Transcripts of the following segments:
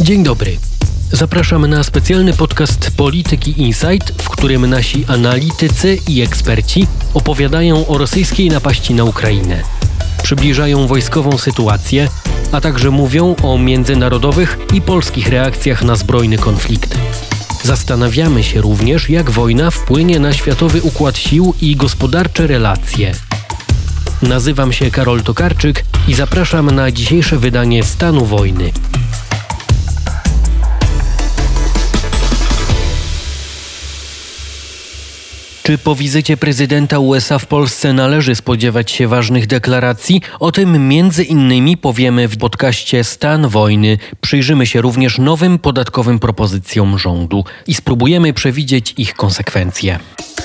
Dzień dobry. Zapraszam na specjalny podcast Polityki Insight, w którym nasi analitycy i eksperci opowiadają o rosyjskiej napaści na Ukrainę. Przybliżają wojskową sytuację, a także mówią o międzynarodowych i polskich reakcjach na zbrojny konflikt. Zastanawiamy się również, jak wojna wpłynie na światowy układ sił i gospodarcze relacje. Nazywam się Karol Tokarczyk i zapraszam na dzisiejsze wydanie Stanu Wojny. Czy po wizycie prezydenta USA w Polsce należy spodziewać się ważnych deklaracji? O tym między innymi powiemy w podcaście Stan Wojny. Przyjrzymy się również nowym podatkowym propozycjom rządu i spróbujemy przewidzieć ich konsekwencje.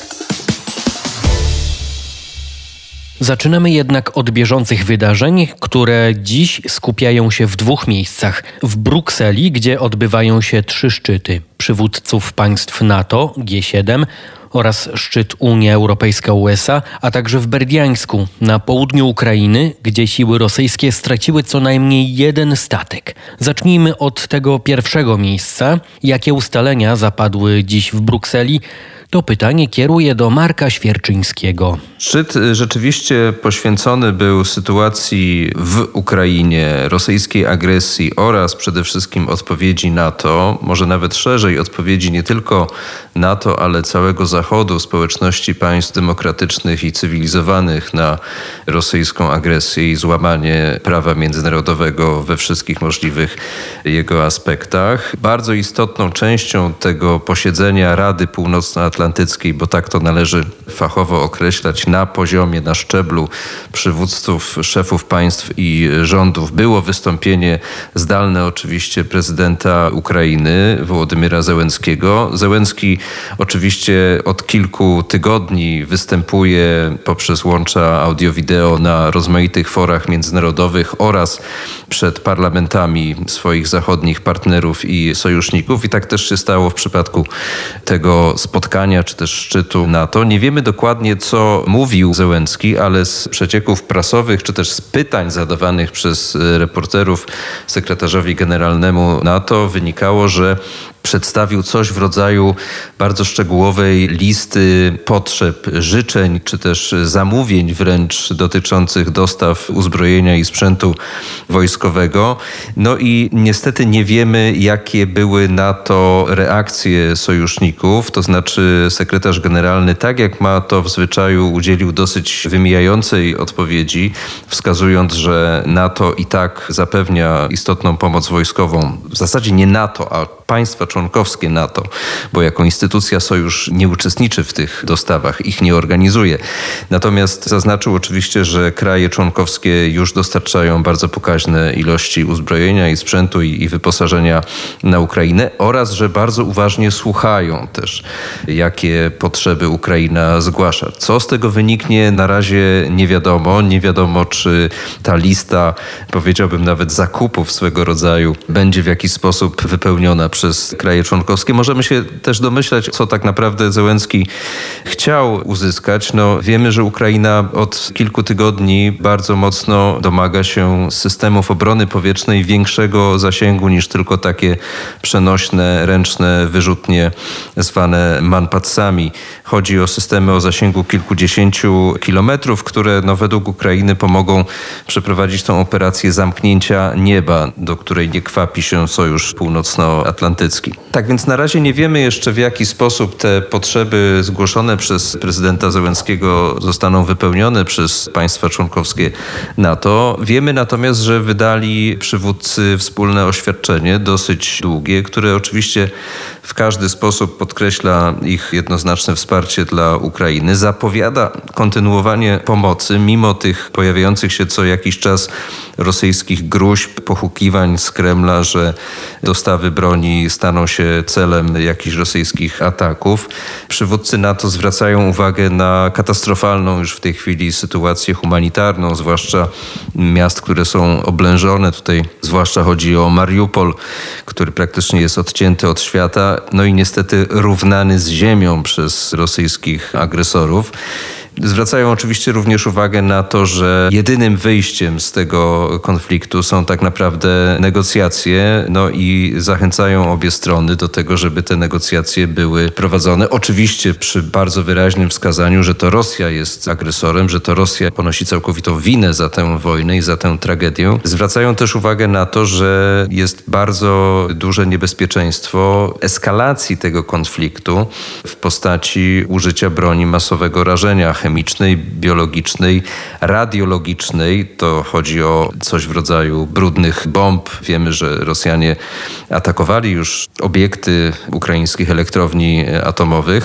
Zaczynamy jednak od bieżących wydarzeń, które dziś skupiają się w dwóch miejscach. W Brukseli, gdzie odbywają się 3 szczyty przywódców państw NATO, G7 oraz szczyt Unia Europejska-USA, a także w Berdiańsku, na południu Ukrainy, gdzie siły rosyjskie straciły co najmniej 1 statek. Zacznijmy od tego pierwszego miejsca. Jakie ustalenia zapadły dziś w Brukseli? To pytanie kieruję do Marka Świerczyńskiego. Szczyt rzeczywiście poświęcony był sytuacji w Ukrainie, rosyjskiej agresji oraz przede wszystkim odpowiedzi NATO, może nawet szerzej odpowiedzi nie tylko NATO, ale całego Zachodu, społeczności państw demokratycznych i cywilizowanych na rosyjską agresję i złamanie prawa międzynarodowego we wszystkich możliwych jego aspektach. Bardzo istotną częścią tego posiedzenia Rady Północnoatlantyckiej, bo tak to należy fachowo określać, na poziomie, na szczeblu przywódców, szefów państw i rządów było wystąpienie zdalne oczywiście prezydenta Ukrainy, Wołodymyra Zełenskiego. Zełenski oczywiście od kilku tygodni występuje poprzez łącza audio-wideo na rozmaitych forach międzynarodowych oraz przed parlamentami swoich zachodnich partnerów i sojuszników. I tak też się stało w przypadku tego spotkania, czy też szczytu NATO. Nie wiemy dokładnie, co mówił Zełenski, ale z przecieków prasowych, czy też z pytań zadawanych przez reporterów sekretarzowi generalnemu NATO wynikało, że przedstawił coś w rodzaju bardzo szczegółowej listy potrzeb, życzeń, czy też zamówień wręcz dotyczących dostaw uzbrojenia i sprzętu wojskowego. No i niestety nie wiemy, jakie były na to reakcje sojuszników. To znaczy sekretarz generalny, tak jak ma to w zwyczaju, udzielił dosyć wymijającej odpowiedzi, wskazując, że NATO i tak zapewnia istotną pomoc wojskową. W zasadzie nie NATO, a państwa członkowskie NATO, bo jako instytucja sojusz nie uczestniczy w tych dostawach, ich nie organizuje. Natomiast zaznaczył oczywiście, że kraje członkowskie już dostarczają bardzo pokaźne ilości uzbrojenia i sprzętu i wyposażenia na Ukrainę oraz, że bardzo uważnie słuchają też, jakie potrzeby Ukraina zgłasza. Co z tego wyniknie, na razie nie wiadomo. Nie wiadomo, czy ta lista, powiedziałbym nawet zakupów swego rodzaju, będzie w jakiś sposób wypełniona przez kraje członkowskie. Możemy się też domyślać, co tak naprawdę Zełenski chciał uzyskać. Wiemy, że Ukraina od kilku tygodni bardzo mocno domaga się systemów obrony powietrznej większego zasięgu niż tylko takie przenośne, ręczne wyrzutnie zwane manpadsami. Chodzi o systemy o zasięgu kilkudziesięciu kilometrów, które według Ukrainy pomogą przeprowadzić tą operację zamknięcia nieba, do której nie kwapi się Sojusz Północnoatlantycki. Tak więc na razie nie wiemy jeszcze, w jaki sposób te potrzeby zgłoszone przez prezydenta Zełenskiego zostaną wypełnione przez państwa członkowskie NATO. Wiemy natomiast, że wydali przywódcy wspólne oświadczenie, dosyć długie, które oczywiście w każdy sposób podkreśla ich jednoznaczne wsparcie dla Ukrainy, zapowiada kontynuowanie pomocy mimo tych pojawiających się co jakiś czas rosyjskich gróźb, pohukiwań z Kremla, że dostawy broni staną się celem jakichś rosyjskich ataków. Przywódcy NATO zwracają uwagę na katastrofalną już w tej chwili sytuację humanitarną, zwłaszcza miast, które są oblężone. Tutaj zwłaszcza chodzi o Mariupol, który praktycznie jest odcięty od świata, no i niestety równany z ziemią przez rosyjskich agresorów. Zwracają oczywiście również uwagę na to, że jedynym wyjściem z tego konfliktu są tak naprawdę negocjacje, i zachęcają obie strony do tego, żeby te negocjacje były prowadzone. Oczywiście przy bardzo wyraźnym wskazaniu, że to Rosja jest agresorem, że to Rosja ponosi całkowitą winę za tę wojnę i za tę tragedię. Zwracają też uwagę na to, że jest bardzo duże niebezpieczeństwo eskalacji tego konfliktu w postaci użycia broni masowego rażenia chemicznej, biologicznej, radiologicznej. To chodzi o coś w rodzaju brudnych bomb. Wiemy, że Rosjanie atakowali już obiekty ukraińskich elektrowni atomowych,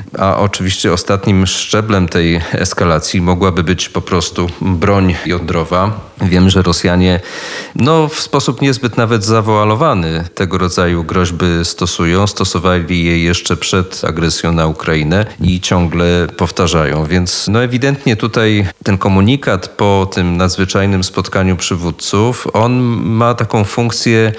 a oczywiście ostatnim szczeblem tej eskalacji mogłaby być po prostu broń jądrowa. Wiemy, że Rosjanie w sposób niezbyt nawet zawoalowany tego rodzaju groźby stosowali je jeszcze przed agresją na Ukrainę i ciągle powtarzają. Więc ewidentnie tutaj ten komunikat po tym nadzwyczajnym spotkaniu przywódców, on ma taką funkcję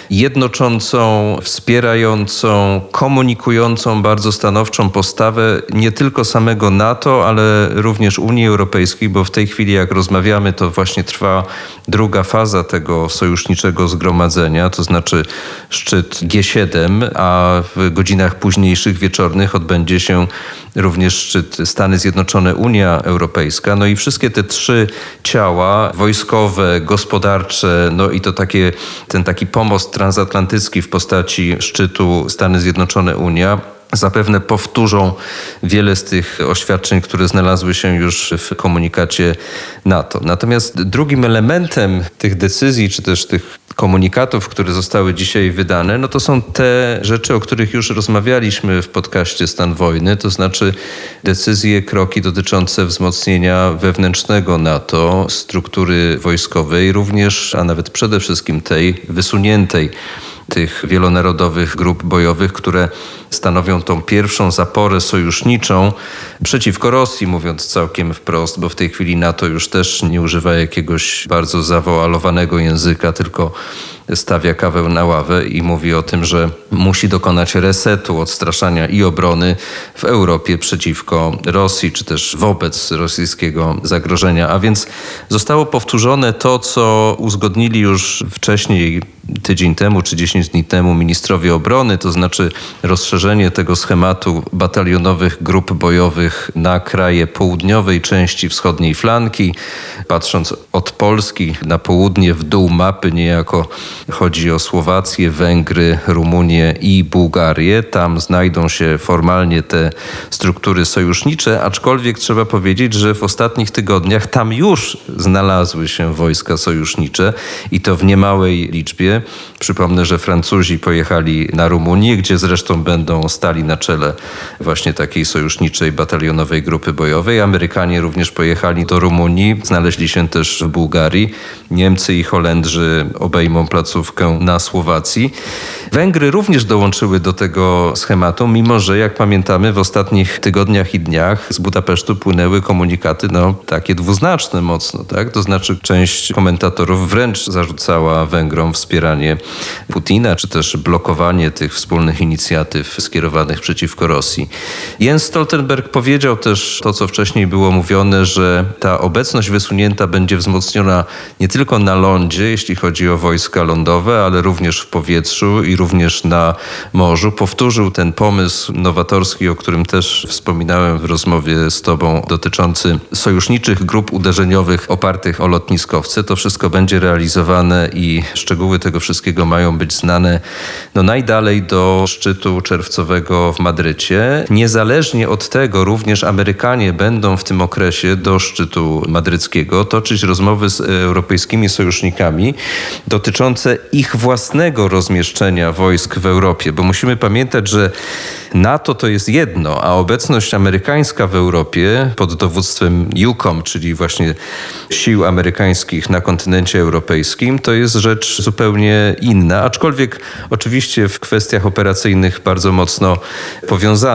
jednoczącą, wspierającą, komunikującą bardzo stanowczą postawę nie tylko samego NATO, ale również Unii Europejskiej, bo w tej chwili jak rozmawiamy, to właśnie trwa druga faza tego sojuszniczego zgromadzenia, to znaczy szczyt G7, a w godzinach późniejszych, wieczornych odbędzie się również szczyt Stany Zjednoczone, Unia Europejska. I wszystkie te trzy ciała, wojskowe, gospodarcze, i to ten taki pomost transatlantycki w postaci szczytu Stany Zjednoczone, Unia, zapewne powtórzą wiele z tych oświadczeń, które znalazły się już w komunikacie NATO. Natomiast drugim elementem tych decyzji, czy też tych komunikatów, które zostały dzisiaj wydane, to są te rzeczy, o których już rozmawialiśmy w podcaście Stan Wojny, to znaczy decyzje, kroki dotyczące wzmocnienia wewnętrznego NATO, struktury wojskowej, również, a nawet przede wszystkim tej wysuniętej, tych wielonarodowych grup bojowych, które stanowią tą pierwszą zaporę sojuszniczą przeciwko Rosji, mówiąc całkiem wprost, bo w tej chwili NATO już też nie używa jakiegoś bardzo zawoalowanego języka, tylko stawia kawę na ławę i mówi o tym, że musi dokonać resetu, odstraszania i obrony w Europie przeciwko Rosji, czy też wobec rosyjskiego zagrożenia. A więc zostało powtórzone to, co uzgodnili już wcześniej, tydzień temu czy 10 dni temu ministrowie obrony, to znaczy rozszerzenie tego schematu batalionowych grup bojowych na kraje południowej części wschodniej flanki. Patrząc od Polski na południe w dół mapy niejako chodzi o Słowację, Węgry, Rumunię i Bułgarię. Tam znajdą się formalnie te struktury sojusznicze, aczkolwiek trzeba powiedzieć, że w ostatnich tygodniach tam już znalazły się wojska sojusznicze i to w niemałej liczbie. Przypomnę, że Francuzi pojechali na Rumunię, gdzie zresztą będą stali na czele właśnie takiej sojuszniczej batalionowej grupy bojowej. Amerykanie również pojechali do Rumunii, znaleźli się też w Bułgarii. Niemcy i Holendrzy obejmą placówkę na Słowacji. Węgry również dołączyły do tego schematu, mimo że, jak pamiętamy, w ostatnich tygodniach i dniach z Budapesztu płynęły komunikaty, takie dwuznaczne mocno, tak? To znaczy część komentatorów wręcz zarzucała Węgrom wspieranie Putina, czy też blokowanie tych wspólnych inicjatyw skierowanych przeciwko Rosji. Jens Stoltenberg powiedział też to, co wcześniej było mówione, że ta obecność wysunięta będzie wzmocniona nie tylko na lądzie, jeśli chodzi o wojska lądowe, ale również w powietrzu i również na morzu. Powtórzył ten pomysł nowatorski, o którym też wspominałem w rozmowie z tobą, dotyczący sojuszniczych grup uderzeniowych opartych o lotniskowce. To wszystko będzie realizowane i szczegóły tego wszystkiego mają być znane najdalej do szczytu czerwcowego w Madrycie. Niezależnie od tego również Amerykanie będą w tym okresie do szczytu madryckiego toczyć rozmowy z europejskimi sojusznikami dotyczące ich własnego rozmieszczenia wojsk w Europie, bo musimy pamiętać, że NATO to jest jedno, a obecność amerykańska w Europie pod dowództwem EUCOM, czyli właśnie sił amerykańskich na kontynencie europejskim, to jest rzecz zupełnie inna, aczkolwiek oczywiście w kwestiach operacyjnych bardzo mocno powiązana.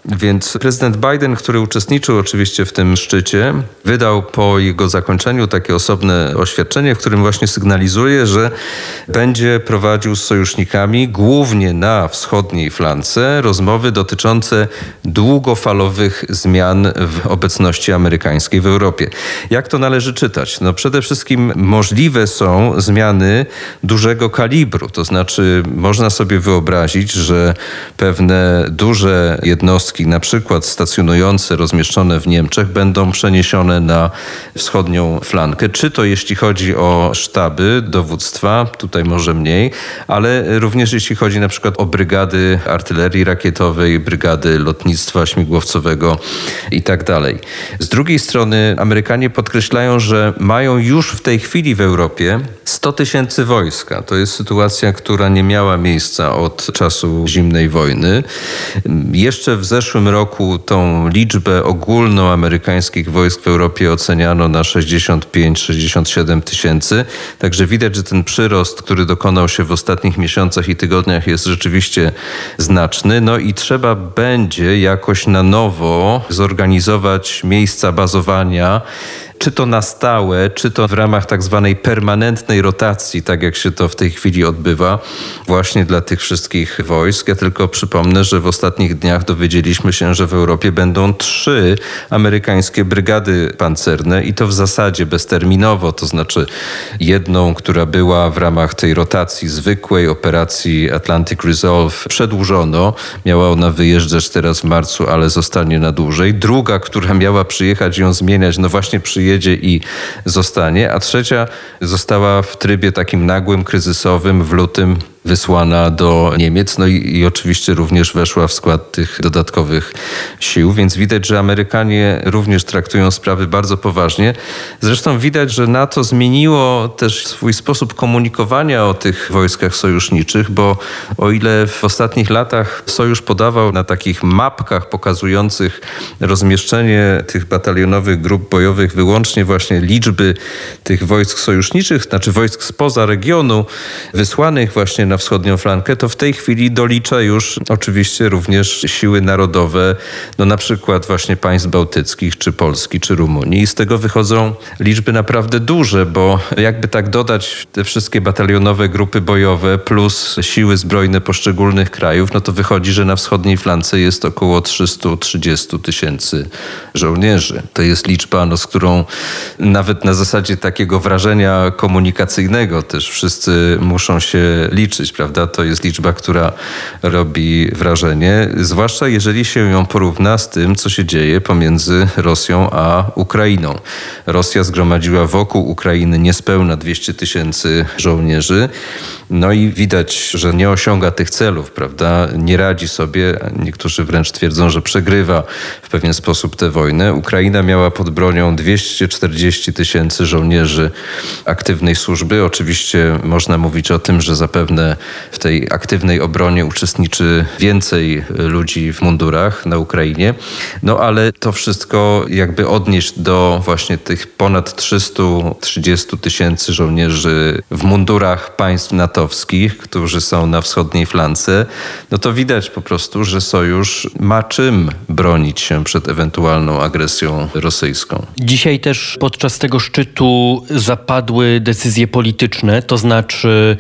Więc prezydent Biden, który uczestniczył oczywiście w tym szczycie, wydał po jego zakończeniu takie osobne oświadczenie, w którym właśnie sygnalizuje, że będzie prowadził z sojusznikami głównie na wschodniej flance rozmowy dotyczące długofalowych zmian w obecności amerykańskiej w Europie. Jak to należy czytać? No przede wszystkim możliwe są zmiany dużego kalibru, to znaczy można sobie wyobrazić, że pewne duże jednostki, na przykład stacjonujące, rozmieszczone w Niemczech, będą przeniesione na wschodnią flankę. Czy to jeśli chodzi o sztaby, dowództwa, tutaj może mniej, ale również jeśli chodzi na przykład o brygady artylerii rakietowej, brygady lotnictwa śmigłowcowego i tak dalej. Z drugiej strony Amerykanie podkreślają, że mają już w tej chwili w Europie 100 000 wojska. To jest sytuacja, która nie miała miejsca od czasu zimnej wojny. Jeszcze w zeszłym roku tą liczbę ogólną amerykańskich wojsk w Europie oceniano na 65-67 tysięcy. Także widać, że ten przyrost, który dokonał się w ostatnich miesiącach i tygodniach, jest rzeczywiście znaczny. No i trzeba będzie jakoś na nowo zorganizować miejsca bazowania, czy to na stałe, czy to w ramach tak zwanej permanentnej rotacji, tak jak się to w tej chwili odbywa, właśnie dla tych wszystkich wojsk. Ja tylko przypomnę, że w ostatnich dniach dowiedzieliśmy się, że w Europie będą 3 amerykańskie brygady pancerne i to w zasadzie bezterminowo, to znaczy jedną, która była w ramach tej rotacji zwykłej operacji Atlantic Resolve, przedłużono. Miała ona wyjeżdżać teraz w marcu, ale zostanie na dłużej. Druga, która miała przyjechać i ją zmieniać, no właśnie przyjedzie i zostanie, a trzecia została w trybie takim nagłym, kryzysowym w lutym wysłana do Niemiec, no i oczywiście również weszła w skład tych dodatkowych sił, więc widać, że Amerykanie również traktują sprawy bardzo poważnie. Zresztą widać, że NATO zmieniło też swój sposób komunikowania o tych wojskach sojuszniczych, bo o ile w ostatnich latach Sojusz podawał na takich mapkach pokazujących rozmieszczenie tych batalionowych grup bojowych wyłącznie właśnie liczby tych wojsk sojuszniczych, znaczy wojsk spoza regionu wysłanych właśnie na wschodnią flankę, to w tej chwili dolicza już oczywiście również siły narodowe, no na przykład właśnie państw bałtyckich, czy Polski, czy Rumunii. I z tego wychodzą liczby naprawdę duże, bo jakby tak dodać te wszystkie batalionowe grupy bojowe plus siły zbrojne poszczególnych krajów, no to wychodzi, że na wschodniej flance jest około 330 000 żołnierzy. To jest liczba, no, z którą nawet na zasadzie takiego wrażenia komunikacyjnego też wszyscy muszą się liczyć, prawda? To jest liczba, która robi wrażenie, zwłaszcza jeżeli się ją porówna z tym, co się dzieje pomiędzy Rosją a Ukrainą. Rosja zgromadziła wokół Ukrainy niespełna 200 000 żołnierzy. No i widać, że nie osiąga tych celów, prawda? Nie radzi sobie. Niektórzy wręcz twierdzą, że przegrywa w pewien sposób tę wojnę. Ukraina miała pod bronią 240 000 żołnierzy aktywnej służby. Oczywiście można mówić o tym, że zapewne w tej aktywnej obronie uczestniczy więcej ludzi w mundurach na Ukrainie. Ale to wszystko jakby odnieść do właśnie tych ponad 330 000 żołnierzy w mundurach państw natowskich, którzy są na wschodniej flance, no to widać po prostu, że sojusz ma czym bronić się przed ewentualną agresją rosyjską. Dzisiaj też podczas tego szczytu zapadły decyzje polityczne, to znaczy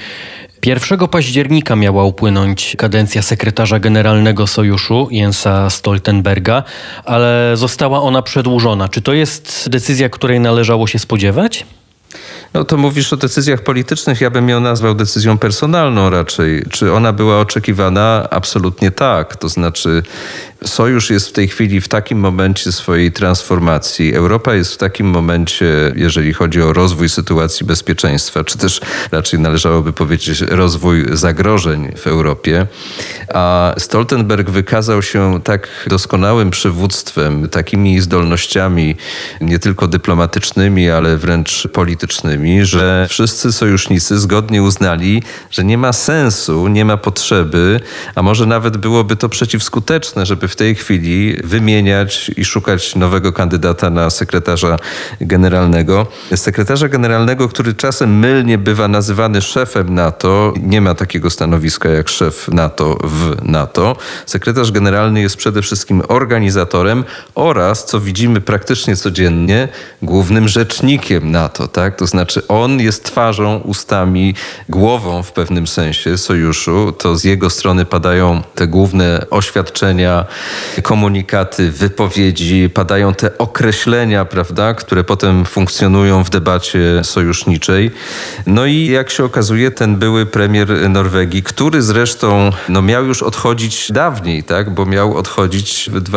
1 października miała upłynąć kadencja sekretarza generalnego Sojuszu Jensa Stoltenberga, ale została ona przedłużona. Czy to jest decyzja, której należało się spodziewać? No to mówisz o decyzjach politycznych, ja bym ją nazwał decyzją personalną raczej. Czy ona była oczekiwana? Absolutnie tak. To znaczy Sojusz jest w tej chwili w takim momencie swojej transformacji. Europa jest w takim momencie, jeżeli chodzi o rozwój sytuacji bezpieczeństwa, czy też raczej należałoby powiedzieć rozwój zagrożeń w Europie. A Stoltenberg wykazał się tak doskonałym przywództwem, takimi zdolnościami nie tylko dyplomatycznymi, ale wręcz politycznymi, że wszyscy sojusznicy zgodnie uznali, że nie ma sensu, nie ma potrzeby, a może nawet byłoby to przeciwskuteczne, żeby żeby w tej chwili wymieniać i szukać nowego kandydata na sekretarza generalnego. Sekretarza generalnego, który czasem mylnie bywa nazywany szefem NATO, nie ma takiego stanowiska jak szef NATO w NATO. Sekretarz generalny jest przede wszystkim organizatorem oraz, co widzimy praktycznie codziennie, głównym rzecznikiem NATO, tak? To znaczy on jest twarzą, ustami, głową w pewnym sensie sojuszu. To z jego strony padają te główne oświadczenia, komunikaty, wypowiedzi, padają te określenia, prawda, które potem funkcjonują w debacie sojuszniczej. No i jak się okazuje, ten były premier Norwegii, który zresztą miał już odchodzić dawniej, tak, bo miał odchodzić w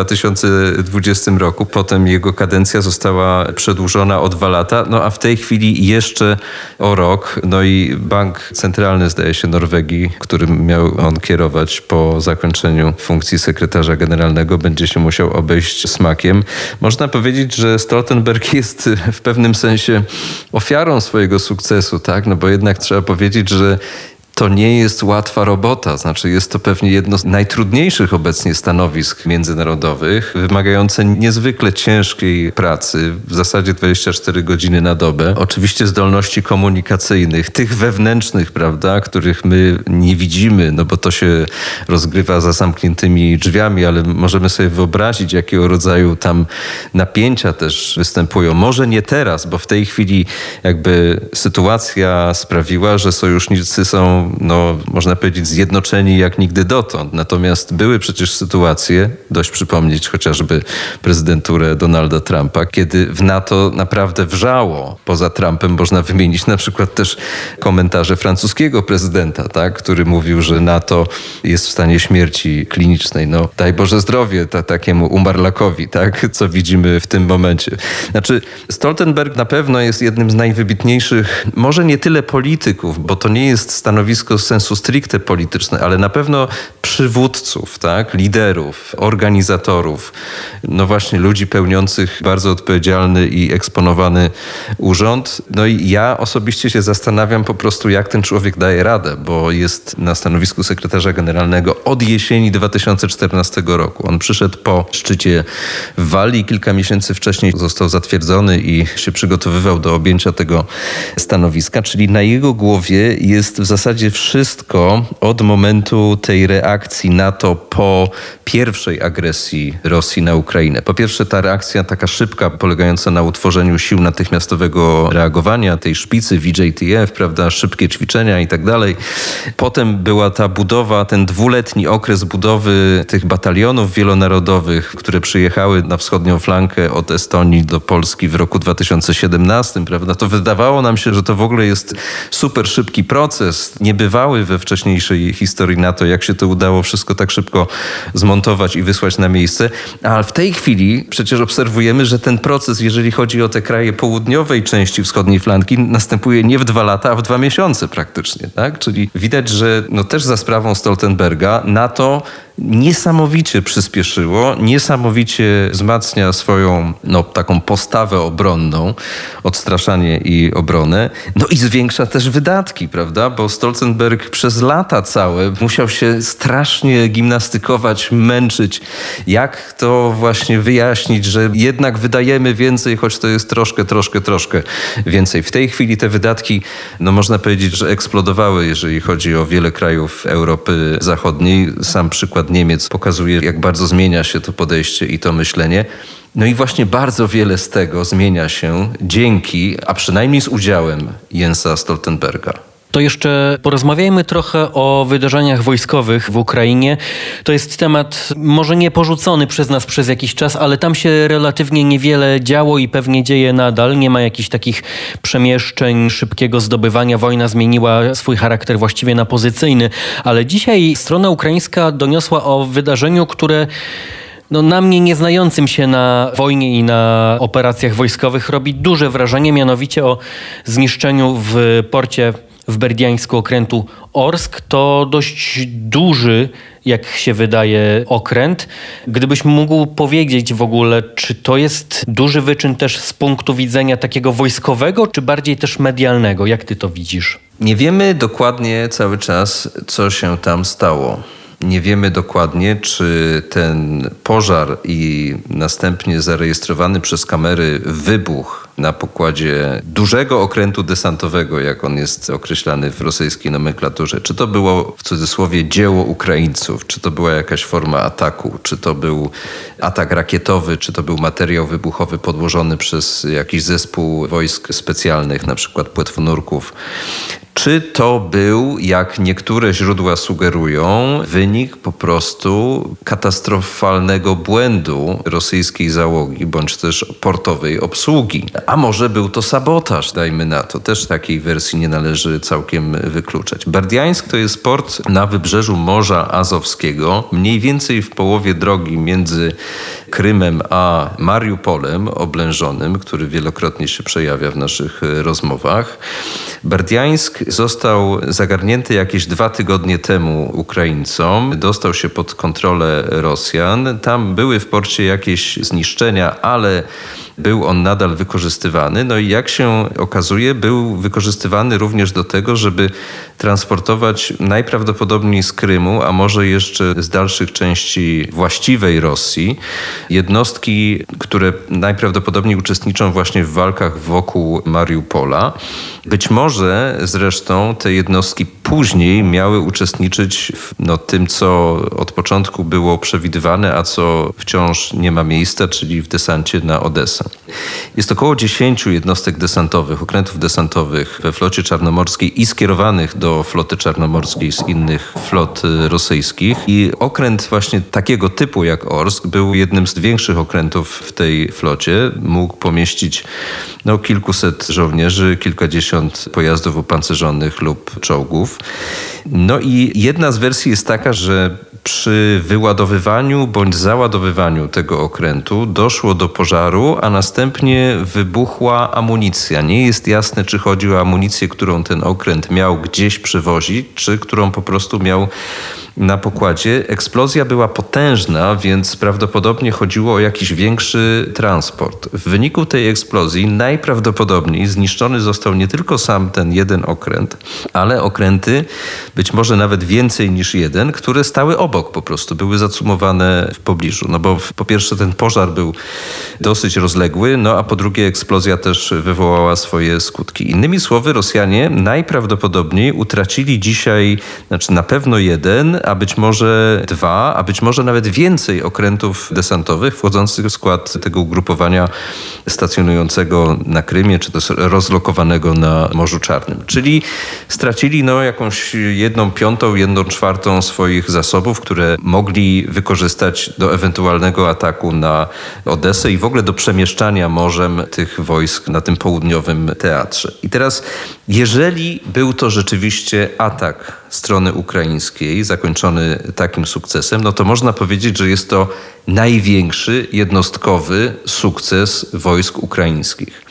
2020 roku. Potem jego kadencja została przedłużona o 2 lata, a w tej chwili jeszcze o rok. No i Bank Centralny, zdaje się, Norwegii, którym miał on kierować po zakończeniu funkcji sekretarza generalnego, będzie się musiał obejść smakiem. Można powiedzieć, że Stoltenberg jest w pewnym sensie ofiarą swojego sukcesu, tak? Bo jednak trzeba powiedzieć, że to nie jest łatwa robota. Znaczy jest to pewnie jedno z najtrudniejszych obecnie stanowisk międzynarodowych, wymagające niezwykle ciężkiej pracy, w zasadzie 24 godziny na dobę. Oczywiście zdolności komunikacyjnych, tych wewnętrznych, prawda, których my nie widzimy, bo to się rozgrywa za zamkniętymi drzwiami, ale możemy sobie wyobrazić, jakiego rodzaju tam napięcia też występują. Może nie teraz, bo w tej chwili jakby sytuacja sprawiła, że sojusznicy są można powiedzieć, zjednoczeni jak nigdy dotąd. Natomiast były przecież sytuacje, dość przypomnieć chociażby prezydenturę Donalda Trumpa, kiedy w NATO naprawdę wrzało. Poza Trumpem można wymienić na przykład też komentarze francuskiego prezydenta, tak, który mówił, że NATO jest w stanie śmierci klinicznej. Daj Boże zdrowie takiemu umarlakowi, tak, co widzimy w tym momencie. Znaczy, Stoltenberg na pewno jest jednym z najwybitniejszych, może nie tyle polityków, bo to nie jest stanowisko sensu stricte polityczne, ale na pewno przywódców, tak, liderów, organizatorów, właśnie ludzi pełniących bardzo odpowiedzialny i eksponowany urząd. I ja osobiście się zastanawiam po prostu, jak ten człowiek daje radę, bo jest na stanowisku sekretarza generalnego od jesieni 2014 roku. On przyszedł po szczycie w Walii, kilka miesięcy wcześniej został zatwierdzony i się przygotowywał do objęcia tego stanowiska, czyli na jego głowie jest w zasadzie wszystko od momentu tej reakcji NATO po pierwszej agresji Rosji na Ukrainę. Po pierwsze ta reakcja taka szybka, polegająca na utworzeniu sił natychmiastowego reagowania, tej szpicy VJTF, prawda, szybkie ćwiczenia i tak dalej. Potem była ta budowa, ten 2-letni okres budowy tych batalionów wielonarodowych, które przyjechały na wschodnią flankę od Estonii do Polski w roku 2017, prawda. To wydawało nam się, że to w ogóle jest super szybki proces, niebywały we wcześniejszej historii NATO, jak się to udało wszystko tak szybko zmontować i wysłać na miejsce. A w tej chwili przecież obserwujemy, że ten proces, jeżeli chodzi o te kraje południowej części wschodniej flanki, następuje nie w 2 lata, a w 2 miesiące praktycznie, tak? Czyli widać, że też za sprawą Stoltenberga NATO niesamowicie przyspieszyło, niesamowicie wzmacnia swoją taką postawę obronną, odstraszanie i obronę, i zwiększa też wydatki, prawda? Bo Stoltenberg przez lata całe musiał się strasznie gimnastykować, męczyć, jak to właśnie wyjaśnić, że jednak wydajemy więcej, choć to jest troszkę więcej. W tej chwili te wydatki, można powiedzieć, że eksplodowały, jeżeli chodzi o wiele krajów Europy Zachodniej. Sam przykład Niemiec pokazuje, jak bardzo zmienia się to podejście i to myślenie. I właśnie bardzo wiele z tego zmienia się dzięki, a przynajmniej z udziałem Jensa Stoltenberga. To jeszcze porozmawiajmy trochę o wydarzeniach wojskowych w Ukrainie. To jest temat może nie porzucony przez nas przez jakiś czas, ale tam się relatywnie niewiele działo i pewnie dzieje nadal. Nie ma jakichś takich przemieszczeń, szybkiego zdobywania. Wojna zmieniła swój charakter właściwie na pozycyjny, ale dzisiaj strona ukraińska doniosła o wydarzeniu, które na mnie nieznającym się na wojnie i na operacjach wojskowych robi duże wrażenie, mianowicie o zniszczeniu w porcie w Berdiańsku okrętu Orsk. To dość duży, jak się wydaje, okręt. Gdybyś mógł powiedzieć w ogóle, czy to jest duży wyczyn też z punktu widzenia takiego wojskowego, czy bardziej też medialnego? Jak ty to widzisz? Nie wiemy dokładnie cały czas, co się tam stało. Nie wiemy dokładnie, czy ten pożar i następnie zarejestrowany przez kamery wybuch na pokładzie dużego okrętu desantowego, jak on jest określany w rosyjskiej nomenklaturze, czy to było w cudzysłowie dzieło Ukraińców, czy to była jakaś forma ataku, czy to był atak rakietowy, czy to był materiał wybuchowy podłożony przez jakiś zespół wojsk specjalnych, na przykład płetwonurków. Czy to był, jak niektóre źródła sugerują, wynik po prostu katastrofalnego błędu rosyjskiej załogi, bądź też portowej obsługi? A może był to sabotaż, dajmy na to. Też takiej wersji nie należy całkiem wykluczać. Berdiańsk to jest port na wybrzeżu Morza Azowskiego, mniej więcej w połowie drogi między Krymem a Mariupolem oblężonym, który wielokrotnie się przejawia w naszych rozmowach. Berdiańsk został zagarnięty jakieś 2 tygodnie temu Ukraińcom. Dostał się pod kontrolę Rosjan. Tam były w porcie jakieś zniszczenia, ale był on nadal wykorzystywany. No i jak się okazuje, był wykorzystywany również do tego, żeby transportować najprawdopodobniej z Krymu, a może jeszcze z dalszych części właściwej Rosji, jednostki, które najprawdopodobniej uczestniczą właśnie w walkach wokół Mariupola. Być może zresztą te jednostki później miały uczestniczyć w tym, co od początku było przewidywane, a co wciąż nie ma miejsca, czyli w desancie na Odessę. Jest około 10 jednostek desantowych, okrętów desantowych we flocie czarnomorskiej i skierowanych do floty czarnomorskiej z innych flot rosyjskich. I okręt właśnie takiego typu jak Orsk był jednym z większych okrętów w tej flocie. Mógł pomieścić kilkuset żołnierzy, kilkadziesiąt pojazdów opancerzonych lub czołgów. No i jedna z wersji jest taka, że przy wyładowywaniu bądź załadowywaniu tego okrętu doszło do pożaru, a następnie wybuchła amunicja. Nie jest jasne, czy chodzi o amunicję, którą ten okręt miał gdzieś przywozić, czy którą po prostu miał na pokładzie. Eksplozja była potężna, więc prawdopodobnie chodziło o jakiś większy transport. W wyniku tej eksplozji najprawdopodobniej zniszczony został nie tylko sam ten jeden okręt, ale okręty, być może nawet więcej niż jeden, które stały obok po prostu, były zacumowane w pobliżu. No bo po pierwsze ten pożar był dosyć rozległy, a po drugie eksplozja też wywołała swoje skutki. Innymi słowy, Rosjanie najprawdopodobniej utracili dzisiaj, na pewno jeden, a być może 2, a być może nawet więcej okrętów desantowych wchodzących w skład tego ugrupowania stacjonującego na Krymie, czy też rozlokowanego na Morzu Czarnym. Czyli stracili jakąś 1/5, 1/4 swoich zasobów, które mogli wykorzystać do ewentualnego ataku na Odessę i w ogóle do przemieszczania morzem tych wojsk na tym południowym teatrze. I teraz, jeżeli był to rzeczywiście atak strony ukraińskiej, zakończony takim sukcesem, to można powiedzieć, że jest to największy jednostkowy sukces wojsk ukraińskich.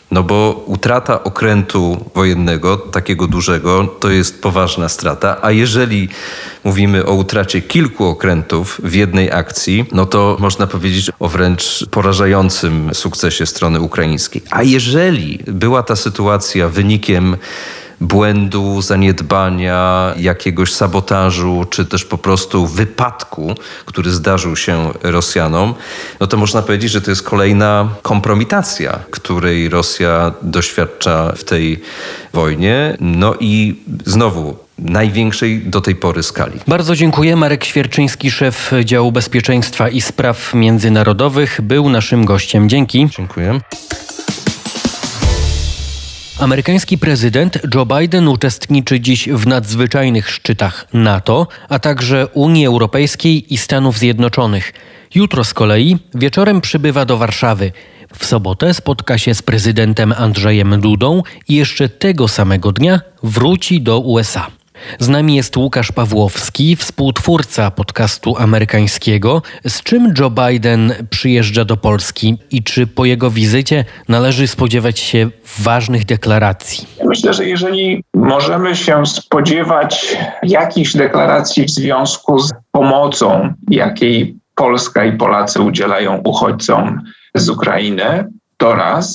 Bo utrata okrętu wojennego, takiego dużego, to jest poważna strata, a jeżeli mówimy o utracie kilku okrętów w jednej akcji, to można powiedzieć o wręcz porażającym sukcesie strony ukraińskiej. A jeżeli była ta sytuacja wynikiem błędu, zaniedbania, jakiegoś sabotażu, czy też po prostu wypadku, który zdarzył się Rosjanom, to można powiedzieć, że to jest kolejna kompromitacja, której Rosja doświadcza w tej wojnie. I znowu największej do tej pory skali. Bardzo dziękuję. Marek Świerczyński, szef działu bezpieczeństwa i spraw międzynarodowych, był naszym gościem. Dzięki. Dziękuję. Amerykański prezydent Joe Biden uczestniczy dziś w nadzwyczajnych szczytach NATO, a także Unii Europejskiej i Stanów Zjednoczonych. Jutro z kolei wieczorem przybywa do Warszawy. W sobotę spotka się z prezydentem Andrzejem Dudą i jeszcze tego samego dnia wróci do USA. Z nami jest Łukasz Pawłowski, współtwórca podcastu amerykańskiego. Z czym Joe Biden przyjeżdża do Polski i czy po jego wizycie należy spodziewać się ważnych deklaracji? Myślę, że jeżeli możemy się spodziewać jakichś deklaracji w związku z pomocą, jakiej Polska i Polacy udzielają uchodźcom z Ukrainy, to raz.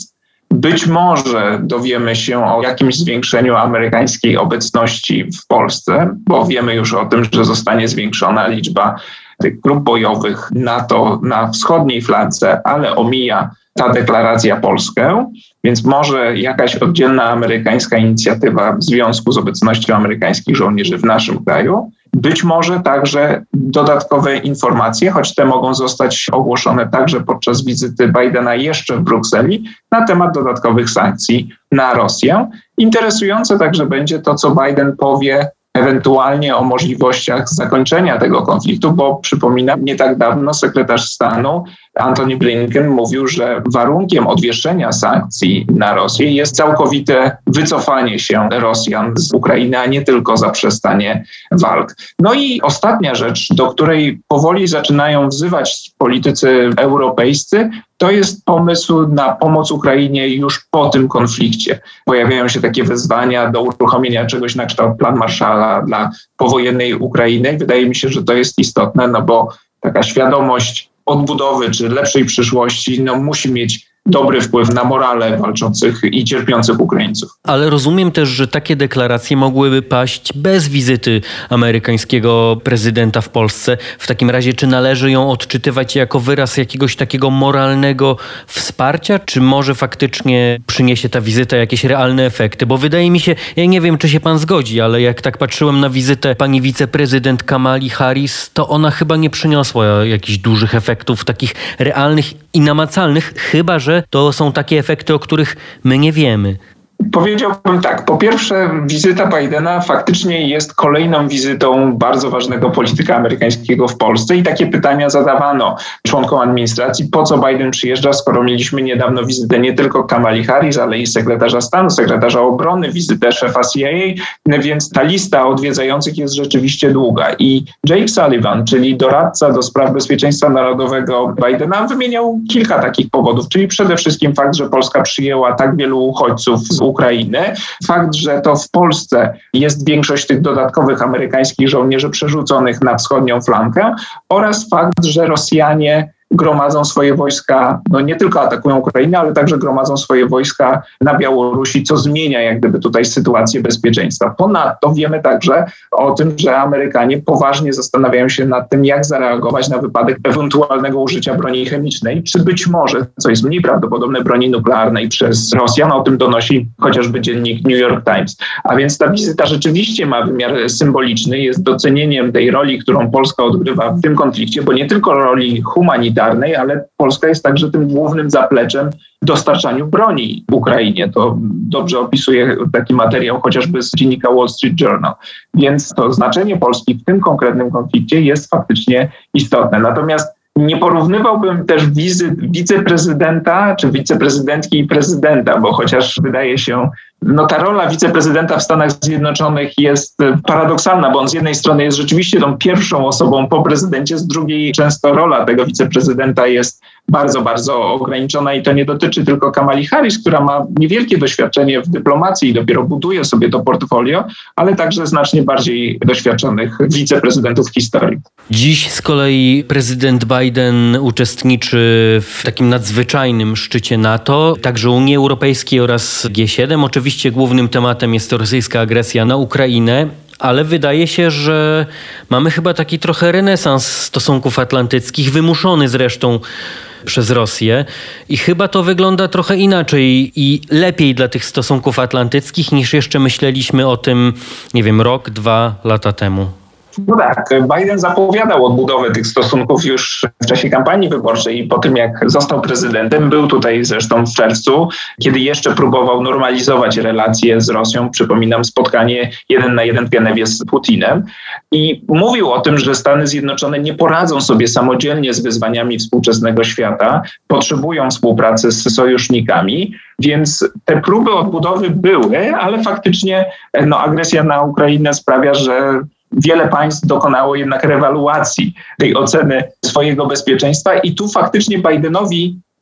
Być może dowiemy się o jakimś zwiększeniu amerykańskiej obecności w Polsce, bo wiemy już o tym, że zostanie zwiększona liczba tych grup bojowych NATO na wschodniej flance, ale omija ta deklaracja Polskę, więc może jakaś oddzielna amerykańska inicjatywa w związku z obecnością amerykańskich żołnierzy w naszym kraju. Być może także dodatkowe informacje, choć te mogą zostać ogłoszone także podczas wizyty Bidena jeszcze w Brukseli, na temat dodatkowych sankcji na Rosję. Interesujące także będzie to, co Biden powie ewentualnie o możliwościach zakończenia tego konfliktu, bo przypominam, nie tak dawno sekretarz stanu Antony Blinken mówił, że warunkiem odwieszenia sankcji na Rosję jest całkowite wycofanie się Rosjan z Ukrainy, a nie tylko zaprzestanie walk. No i ostatnia rzecz, do której powoli zaczynają wzywać politycy europejscy, to jest pomysł na pomoc Ukrainie już po tym konflikcie. Pojawiają się takie wezwania do uruchomienia czegoś na kształt plan Marshalla dla powojennej Ukrainy. Wydaje mi się, że to jest istotne, no bo taka świadomość odbudowy czy lepszej przyszłości musi mieć dobry wpływ na morale walczących i cierpiących Ukraińców. Ale rozumiem też, że takie deklaracje mogłyby paść bez wizyty amerykańskiego prezydenta w Polsce. W takim razie, czy należy ją odczytywać jako wyraz jakiegoś takiego moralnego wsparcia, czy może faktycznie przyniesie ta wizyta jakieś realne efekty? Bo wydaje mi się, ja nie wiem, czy się pan zgodzi, ale jak tak patrzyłem na wizytę pani wiceprezydent Kamali Harris, to ona chyba nie przyniosła jakichś dużych efektów, takich realnych i namacalnych, chyba że to są takie efekty, o których my nie wiemy. Powiedziałbym tak. Po pierwsze, wizyta Bidena faktycznie jest kolejną wizytą bardzo ważnego polityka amerykańskiego w Polsce i takie pytania zadawano członkom administracji, po co Biden przyjeżdża, skoro mieliśmy niedawno wizytę nie tylko Kamali Harris, ale i sekretarza stanu, sekretarza obrony, wizytę szefa CIA, więc ta lista odwiedzających jest rzeczywiście długa. I Jake Sullivan, czyli doradca do spraw bezpieczeństwa narodowego Bidena, wymieniał kilka takich powodów, czyli przede wszystkim fakt, że Polska przyjęła tak wielu uchodźców z Ukrainy, fakt, że to w Polsce jest większość tych dodatkowych amerykańskich żołnierzy przerzuconych na wschodnią flankę oraz fakt, że Rosjanie gromadzą swoje wojska, nie tylko atakują Ukrainę, ale także gromadzą swoje wojska na Białorusi, co zmienia jak gdyby tutaj sytuację bezpieczeństwa. Ponadto wiemy także o tym, że Amerykanie poważnie zastanawiają się nad tym, jak zareagować na wypadek ewentualnego użycia broni chemicznej, czy być może, co jest mniej prawdopodobne, broni nuklearnej przez Rosjan. O tym donosi chociażby dziennik New York Times. A więc ta wizyta rzeczywiście ma wymiar symboliczny, jest docenieniem tej roli, którą Polska odgrywa w tym konflikcie, bo nie tylko roli humanitarnej, ale Polska jest także tym głównym zapleczem w dostarczaniu broni Ukrainie. To dobrze opisuje taki materiał chociażby z dziennika Wall Street Journal. Więc to znaczenie Polski w tym konkretnym konflikcie jest faktycznie istotne. Natomiast nie porównywałbym też wizyt wiceprezydenta czy wiceprezydentki i prezydenta, bo chociaż wydaje się, ta rola wiceprezydenta w Stanach Zjednoczonych jest paradoksalna, bo on z jednej strony jest rzeczywiście tą pierwszą osobą po prezydencie, z drugiej często rola tego wiceprezydenta jest bardzo, bardzo ograniczona i to nie dotyczy tylko Kamali Harris, która ma niewielkie doświadczenie w dyplomacji i dopiero buduje sobie to portfolio, ale także znacznie bardziej doświadczonych wiceprezydentów w historii. Dziś z kolei prezydent Biden uczestniczy w takim nadzwyczajnym szczycie NATO, także Unii Europejskiej oraz G7. Oczywiście głównym tematem jest rosyjska agresja na Ukrainę, ale wydaje się, że mamy chyba taki trochę renesans stosunków atlantyckich, wymuszony zresztą przez Rosję i chyba to wygląda trochę inaczej i lepiej dla tych stosunków atlantyckich niż jeszcze myśleliśmy o tym, rok, 2 lata temu. No tak, Biden zapowiadał odbudowę tych stosunków już w czasie kampanii wyborczej i po tym, jak został prezydentem, był tutaj zresztą w czerwcu, kiedy jeszcze próbował normalizować relacje z Rosją. Przypominam spotkanie 1 na 1 w Genewie z Putinem i mówił o tym, że Stany Zjednoczone nie poradzą sobie samodzielnie z wyzwaniami współczesnego świata, potrzebują współpracy z sojusznikami, więc te próby odbudowy były, ale faktycznie agresja na Ukrainę sprawia, że wiele państw dokonało jednak rewaluacji tej oceny swojego bezpieczeństwa i tu faktycznie Bidenowi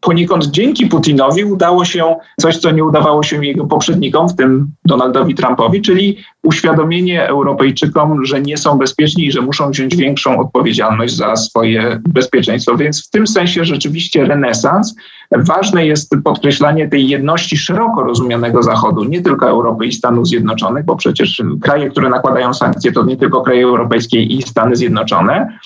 poniekąd dzięki Putinowi udało się coś, co nie udawało się jego poprzednikom, w tym Donaldowi Trumpowi, czyli uświadomienie Europejczykom, że nie są bezpieczni i że muszą wziąć większą odpowiedzialność za swoje bezpieczeństwo. Więc w tym sensie rzeczywiście renesans. Ważne jest podkreślanie tej jedności szeroko rozumianego Zachodu, nie tylko Europy i Stanów Zjednoczonych, bo przecież kraje, które nakładają sankcje, to nie tylko kraje europejskie i Stany Zjednoczone,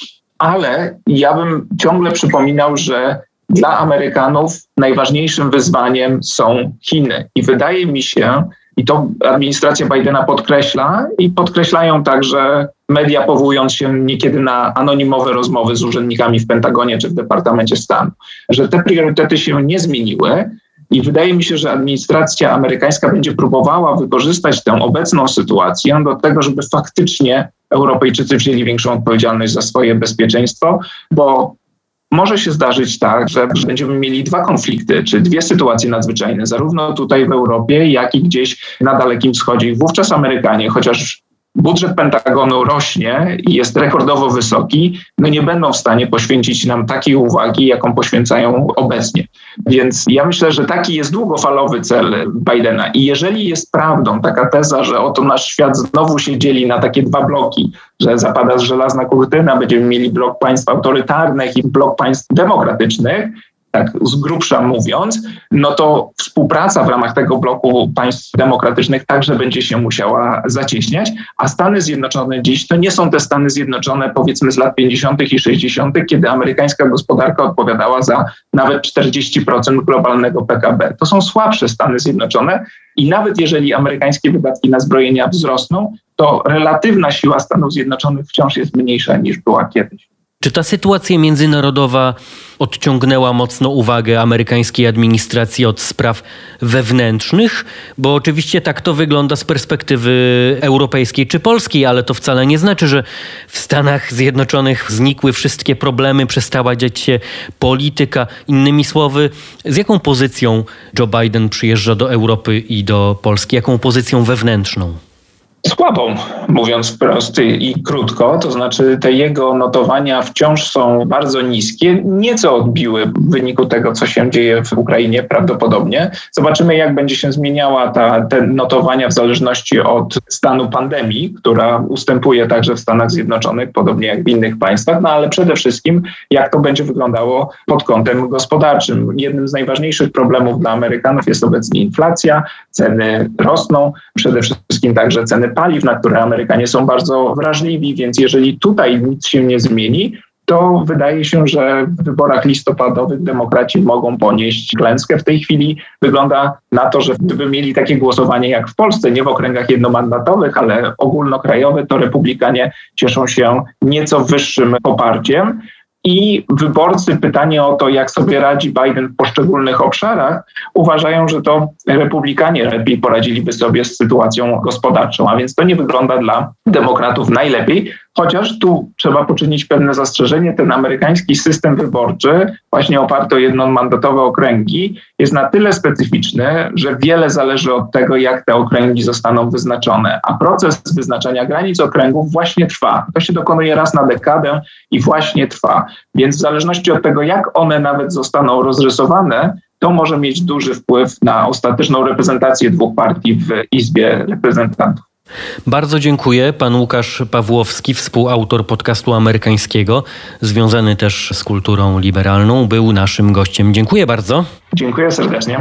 ale ja bym ciągle przypominał, że dla Amerykanów najważniejszym wyzwaniem są Chiny. I wydaje mi się, i to administracja Bidena podkreśla i podkreślają także media, powołując się niekiedy na anonimowe rozmowy z urzędnikami w Pentagonie czy w Departamencie Stanu, że te priorytety się nie zmieniły i wydaje mi się, że administracja amerykańska będzie próbowała wykorzystać tę obecną sytuację do tego, żeby faktycznie Europejczycy wzięli większą odpowiedzialność za swoje bezpieczeństwo, bo może się zdarzyć tak, że będziemy mieli dwa konflikty, czy dwie sytuacje nadzwyczajne, zarówno tutaj w Europie, jak i gdzieś na Dalekim Wschodzie. I wówczas Amerykanie, chociaż budżet Pentagonu rośnie i jest rekordowo wysoki, nie będą w stanie poświęcić nam takiej uwagi, jaką poświęcają obecnie. Więc ja myślę, że taki jest długofalowy cel Bidena. I jeżeli jest prawdą taka teza, że oto nasz świat znowu się dzieli na takie dwa bloki, że zapada żelazna kurtyna, będziemy mieli blok państw autorytarnych i blok państw demokratycznych, tak z grubsza mówiąc, to współpraca w ramach tego bloku państw demokratycznych także będzie się musiała zacieśniać, a Stany Zjednoczone dziś to nie są te Stany Zjednoczone powiedzmy z lat 50. i 60., kiedy amerykańska gospodarka odpowiadała za nawet 40% globalnego PKB. To są słabsze Stany Zjednoczone i nawet jeżeli amerykańskie wydatki na zbrojenia wzrosną, to relatywna siła Stanów Zjednoczonych wciąż jest mniejsza niż była kiedyś. Czy ta sytuacja międzynarodowa odciągnęła mocno uwagę amerykańskiej administracji od spraw wewnętrznych? Bo oczywiście tak to wygląda z perspektywy europejskiej czy polskiej, ale to wcale nie znaczy, że w Stanach Zjednoczonych znikły wszystkie problemy, przestała dziać się polityka. Innymi słowy, z jaką pozycją Joe Biden przyjeżdża do Europy i do Polski? Jaką pozycją wewnętrzną? Słabą, mówiąc wprost i krótko, to znaczy te jego notowania wciąż są bardzo niskie, nieco odbiły w wyniku tego, co się dzieje w Ukrainie prawdopodobnie. Zobaczymy, jak będzie się zmieniała te notowania w zależności od stanu pandemii, która ustępuje także w Stanach Zjednoczonych, podobnie jak w innych państwach, ale przede wszystkim jak to będzie wyglądało pod kątem gospodarczym. Jednym z najważniejszych problemów dla Amerykanów jest obecnie inflacja, ceny rosną, przede wszystkim także ceny paliw, na które Amerykanie są bardzo wrażliwi, więc jeżeli tutaj nic się nie zmieni, to wydaje się, że w wyborach listopadowych demokraci mogą ponieść klęskę. W tej chwili wygląda na to, że gdyby mieli takie głosowanie jak w Polsce, nie w okręgach jednomandatowych, ale ogólnokrajowe, to republikanie cieszą się nieco wyższym poparciem. I wyborcy, pytanie o to, jak sobie radzi Biden w poszczególnych obszarach, uważają, że to republikanie lepiej poradziliby sobie z sytuacją gospodarczą, a więc to nie wygląda dla demokratów najlepiej, chociaż tu trzeba poczynić pewne zastrzeżenie. Ten amerykański system wyborczy, właśnie oparty o jednomandatowe okręgi, jest na tyle specyficzny, że wiele zależy od tego, jak te okręgi zostaną wyznaczone, a proces wyznaczania granic okręgów właśnie trwa. To się dokonuje raz na dekadę i właśnie trwa. Więc w zależności od tego, jak one nawet zostaną rozrysowane, to może mieć duży wpływ na ostateczną reprezentację dwóch partii w Izbie Reprezentantów. Bardzo dziękuję. Pan Łukasz Pawłowski, współautor podcastu amerykańskiego, związany też z kulturą liberalną, był naszym gościem. Dziękuję bardzo. Dziękuję serdecznie.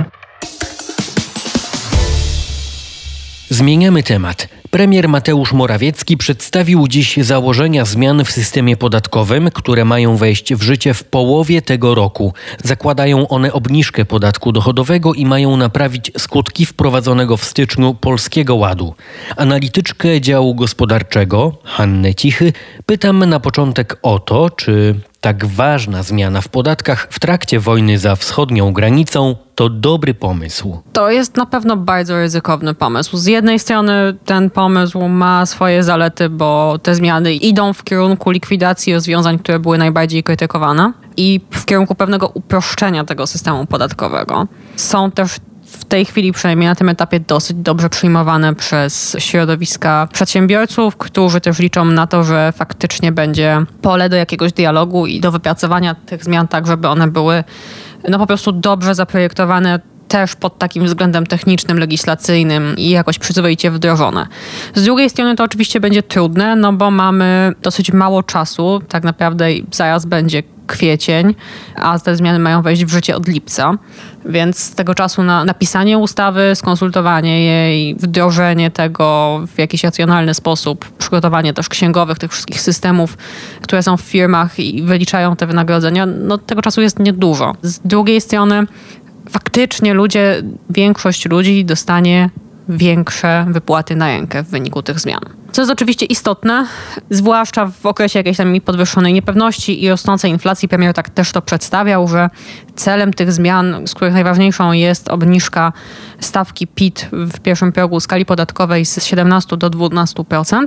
Zmieniamy temat. Premier Mateusz Morawiecki przedstawił dziś założenia zmian w systemie podatkowym, które mają wejść w życie w połowie tego roku. Zakładają one obniżkę podatku dochodowego i mają naprawić skutki wprowadzonego w styczniu Polskiego Ładu. Analityczkę działu gospodarczego, Hannę Cichy, pytam na początek o to, czy tak ważna zmiana w podatkach w trakcie wojny za wschodnią granicą to dobry pomysł. To jest na pewno bardzo ryzykowny pomysł. Z jednej strony ten pomysł ma swoje zalety, bo te zmiany idą w kierunku likwidacji rozwiązań, które były najbardziej krytykowane i w kierunku pewnego uproszczenia tego systemu podatkowego. Są też w tej chwili, przynajmniej na tym etapie, dosyć dobrze przyjmowane przez środowiska przedsiębiorców, którzy też liczą na to, że faktycznie będzie pole do jakiegoś dialogu i do wypracowania tych zmian tak, żeby one były po prostu dobrze zaprojektowane też pod takim względem technicznym, legislacyjnym i jakoś przyzwoicie wdrożone. Z drugiej strony to oczywiście będzie trudne, bo mamy dosyć mało czasu. Tak naprawdę zaraz będzie kwiecień, a te zmiany mają wejść w życie od lipca. Więc tego czasu na napisanie ustawy, skonsultowanie jej, wdrożenie tego w jakiś racjonalny sposób, przygotowanie też księgowych tych wszystkich systemów, które są w firmach i wyliczają te wynagrodzenia, tego czasu jest niedużo. Z drugiej strony faktycznie większość ludzi dostanie większe wypłaty na rękę w wyniku tych zmian. Co jest oczywiście istotne, zwłaszcza w okresie jakiejś tam podwyższonej niepewności i rosnącej inflacji, premier tak też to przedstawiał, że celem tych zmian, z których najważniejszą jest obniżka stawki PIT w pierwszym progu skali podatkowej z 17 do 12%,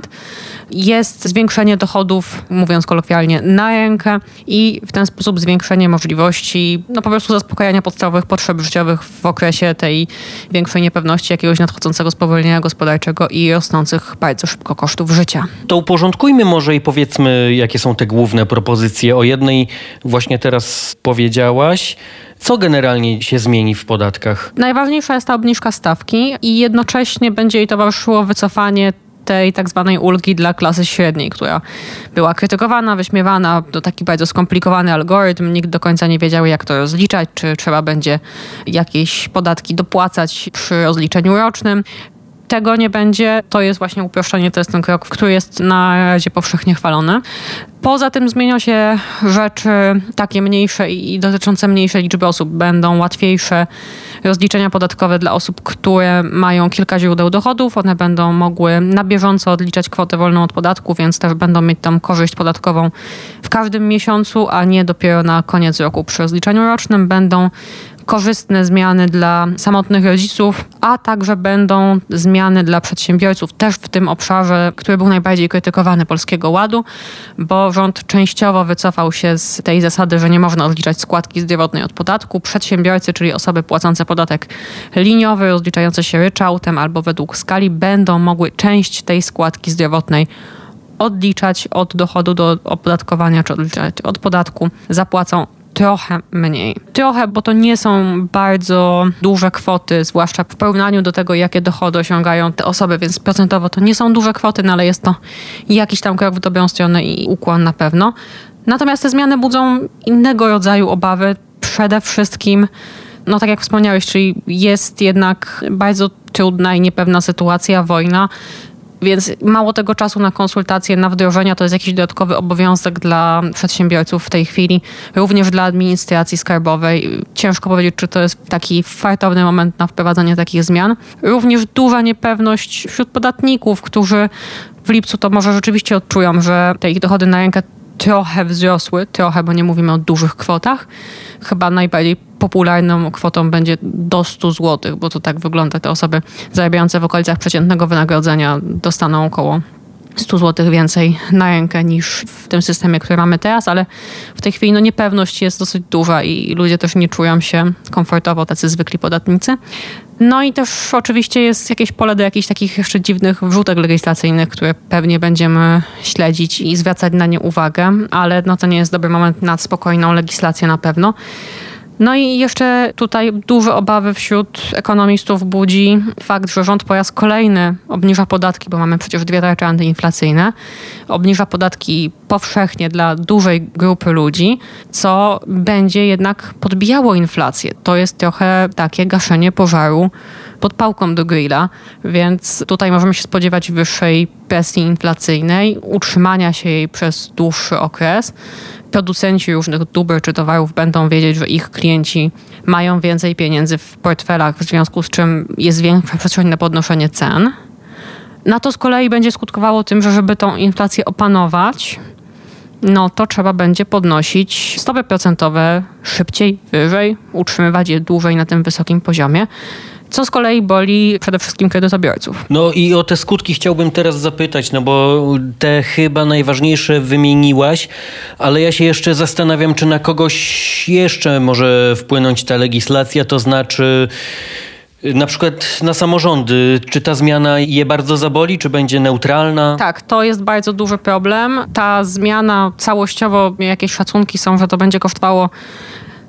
jest zwiększenie dochodów, mówiąc kolokwialnie, na rękę i w ten sposób zwiększenie możliwości po prostu zaspokajania podstawowych potrzeb życiowych w okresie tej większej niepewności, jakiegoś nadchodzącego spowolnienia gospodarczego i rosnących bardzo szybko kosztów życia. To uporządkujmy może i powiedzmy, jakie są te główne propozycje. O jednej właśnie teraz powiedziałaś. Co generalnie się zmieni w podatkach? Najważniejsza jest ta obniżka stawki i jednocześnie będzie jej towarzyszyło wycofanie tej tak zwanej ulgi dla klasy średniej, która była krytykowana, wyśmiewana. To taki bardzo skomplikowany algorytm. Nikt do końca nie wiedział, jak to rozliczać, czy trzeba będzie jakieś podatki dopłacać przy rozliczeniu rocznym. Tego nie będzie. To jest właśnie uproszczenie, to jest ten krok, który jest na razie powszechnie chwalony. Poza tym zmienią się rzeczy takie mniejsze i dotyczące mniejszej liczby osób. Będą łatwiejsze rozliczenia podatkowe dla osób, które mają kilka źródeł dochodów. One będą mogły na bieżąco odliczać kwotę wolną od podatku, więc też będą mieć tam korzyść podatkową w każdym miesiącu, a nie dopiero na koniec roku przy rozliczeniu rocznym. Będą korzystne zmiany dla samotnych rodziców, a także będą zmiany dla przedsiębiorców też w tym obszarze, który był najbardziej krytykowany Polskiego Ładu, bo rząd częściowo wycofał się z tej zasady, że nie można odliczać składki zdrowotnej od podatku. Przedsiębiorcy, czyli osoby płacące podatek liniowy, rozliczające się ryczałtem albo według skali, będą mogły część tej składki zdrowotnej odliczać od dochodu do opodatkowania, czy odliczać od podatku. Zapłacą trochę mniej. Trochę, bo to nie są bardzo duże kwoty, zwłaszcza w porównaniu do tego, jakie dochody osiągają te osoby, więc procentowo to nie są duże kwoty, ale jest to jakiś tam krok w dobrą stronę i ukłon na pewno. Natomiast te zmiany budzą innego rodzaju obawy. Przede wszystkim, tak jak wspomniałeś, czyli jest jednak bardzo trudna i niepewna sytuacja, wojna. Więc mało tego czasu na konsultacje, na wdrożenia to jest jakiś dodatkowy obowiązek dla przedsiębiorców w tej chwili, również dla administracji skarbowej. Ciężko powiedzieć, czy to jest taki fartowny moment na wprowadzenie takich zmian. Również duża niepewność wśród podatników, którzy w lipcu to może rzeczywiście odczują, że te ich dochody na rękę trochę wzrosły, bo nie mówimy o dużych kwotach. Chyba najbardziej popularną kwotą będzie do 100 zł, bo to tak wygląda. Te osoby zarabiające w okolicach przeciętnego wynagrodzenia dostaną około 100 zł więcej na rękę niż w tym systemie, który mamy teraz, ale w tej chwili niepewność jest dosyć duża i ludzie też nie czują się komfortowo, tacy zwykli podatnicy. I też oczywiście jest jakieś pole do jakichś takich jeszcze dziwnych wrzutek legislacyjnych, które pewnie będziemy śledzić i zwracać na nie uwagę, ale to nie jest dobry moment na spokojną legislację na pewno. I jeszcze tutaj duże obawy wśród ekonomistów budzi fakt, że rząd po raz kolejny obniża podatki, bo mamy przecież 2 tarcze antyinflacyjne, obniża podatki powszechnie dla dużej grupy ludzi, co będzie jednak podbijało inflację. To jest trochę takie gaszenie pożaru pod pałką do grilla, więc tutaj możemy się spodziewać wyższej presji inflacyjnej, utrzymania się jej przez dłuższy okres. Producenci różnych dóbr czy towarów będą wiedzieć, że ich klienci mają więcej pieniędzy w portfelach, w związku z czym jest większa przestrzeń na podnoszenie cen. To z kolei będzie skutkowało tym, że żeby tą inflację opanować, to trzeba będzie podnosić stopy procentowe szybciej, wyżej, utrzymywać je dłużej na tym wysokim poziomie, co z kolei boli przede wszystkim kredytobiorców. I o te skutki chciałbym teraz zapytać, bo te chyba najważniejsze wymieniłaś, ale ja się jeszcze zastanawiam, czy na kogoś jeszcze może wpłynąć ta legislacja, to znaczy na przykład na samorządy. Czy ta zmiana je bardzo zaboli, czy będzie neutralna? Tak, to jest bardzo duży problem. Ta zmiana całościowo, jakieś szacunki są, że to będzie kosztowało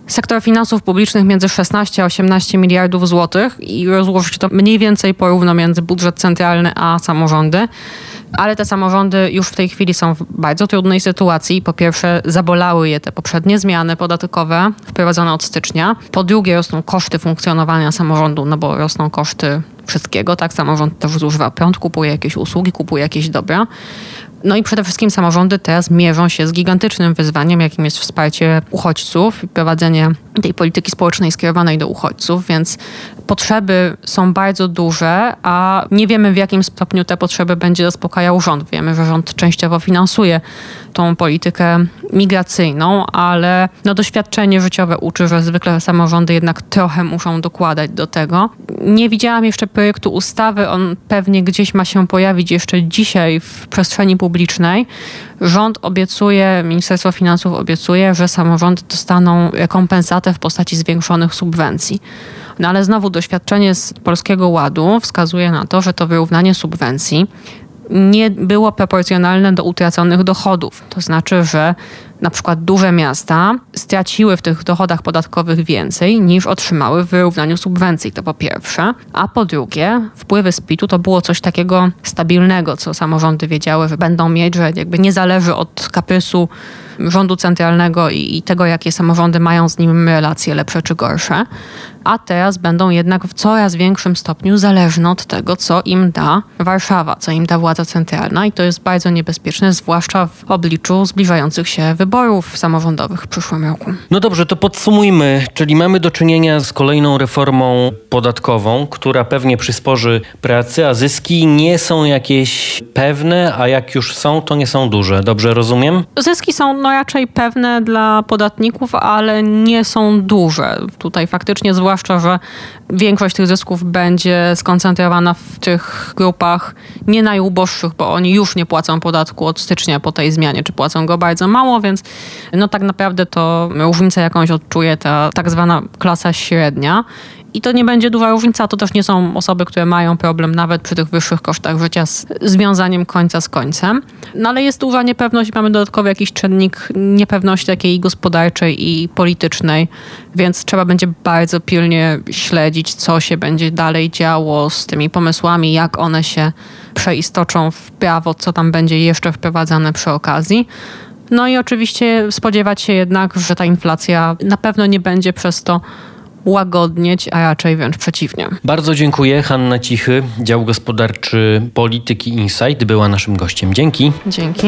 sektor finansów publicznych między 16 a 18 miliardów złotych i rozłożyć to mniej więcej porówno między budżet centralny a samorządy. Ale te samorządy już w tej chwili są w bardzo trudnej sytuacji. Po pierwsze, zabolały je te poprzednie zmiany podatkowe wprowadzone od stycznia. Po drugie, rosną koszty funkcjonowania samorządu, no bo rosną koszty wszystkiego, tak? Samorząd też zużywa prąd, kupuje jakieś usługi, kupuje jakieś dobra. No i przede wszystkim samorządy teraz mierzą się z gigantycznym wyzwaniem, jakim jest wsparcie uchodźców i prowadzenie tej polityki społecznej skierowanej do uchodźców, więc potrzeby są bardzo duże, a nie wiemy, w jakim stopniu te potrzeby będzie zaspokajał rząd. Wiemy, że rząd częściowo finansuje tą politykę migracyjną, ale doświadczenie życiowe uczy, że zwykle samorządy jednak trochę muszą dokładać do tego. Nie widziałam jeszcze projektu ustawy, on pewnie gdzieś ma się pojawić jeszcze dzisiaj w przestrzeni publicznej. Rząd obiecuje, Ministerstwo Finansów obiecuje, że samorządy dostaną rekompensatę w postaci zwiększonych subwencji. No ale znowu doświadczenie z Polskiego Ładu wskazuje na to, że to wyrównanie subwencji nie było proporcjonalne do utraconych dochodów. To znaczy, że na przykład duże miasta straciły w tych dochodach podatkowych więcej niż otrzymały w wyrównaniu subwencji, to po pierwsze. A po drugie, wpływy z PIT-u to było coś takiego stabilnego, co samorządy wiedziały, że będą mieć, że jakby nie zależy od kaprysu rządu centralnego i tego, jakie samorządy mają z nim relacje lepsze czy gorsze. A teraz będą jednak w coraz większym stopniu zależne od tego, co im da Warszawa, co im da władza centralna i to jest bardzo niebezpieczne, zwłaszcza w obliczu zbliżających się wyborów samorządowych w przyszłym roku. No dobrze, to podsumujmy, czyli mamy do czynienia z kolejną reformą podatkową, która pewnie przysporzy pracy, a zyski nie są jakieś pewne, a jak już są, to nie są duże. Dobrze rozumiem? Zyski są raczej pewne dla podatników, ale nie są duże. Tutaj faktycznie zwłaszcza, że większość tych zysków będzie skoncentrowana w tych grupach nie najuboższych, bo oni już nie płacą podatku od stycznia po tej zmianie, czy płacą go bardzo mało, więc tak naprawdę to różnicę jakąś odczuje ta tak zwana klasa średnia. I to nie będzie duża różnica, to też nie są osoby, które mają problem nawet przy tych wyższych kosztach życia z związaniem końca z końcem. No ale jest duża niepewność i mamy dodatkowy jakiś czynnik niepewności takiej gospodarczej i politycznej, więc trzeba będzie bardzo pilnie śledzić, co się będzie dalej działo z tymi pomysłami, jak one się przeistoczą w prawo, co tam będzie jeszcze wprowadzane przy okazji. No i oczywiście spodziewać się jednak, że ta inflacja na pewno nie będzie przez to łagodnieć, a raczej wręcz przeciwnie. Bardzo dziękuję. Hanna Cichy, dział gospodarczy Polityki Insight była naszym gościem. Dzięki. Dzięki.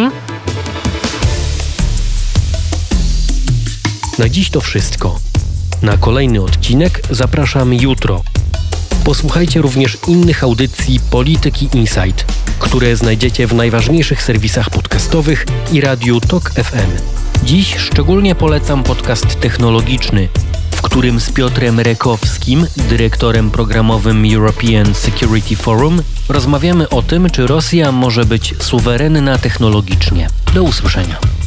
Na dziś to wszystko. Na kolejny odcinek zapraszam jutro. Posłuchajcie również innych audycji Polityki Insight, które znajdziecie w najważniejszych serwisach podcastowych i radiu TOK FM. Dziś szczególnie polecam podcast technologiczny, w którym z Piotrem Rekowskim, dyrektorem programowym European Security Forum, rozmawiamy o tym, czy Rosja może być suwerenna technologicznie. Do usłyszenia.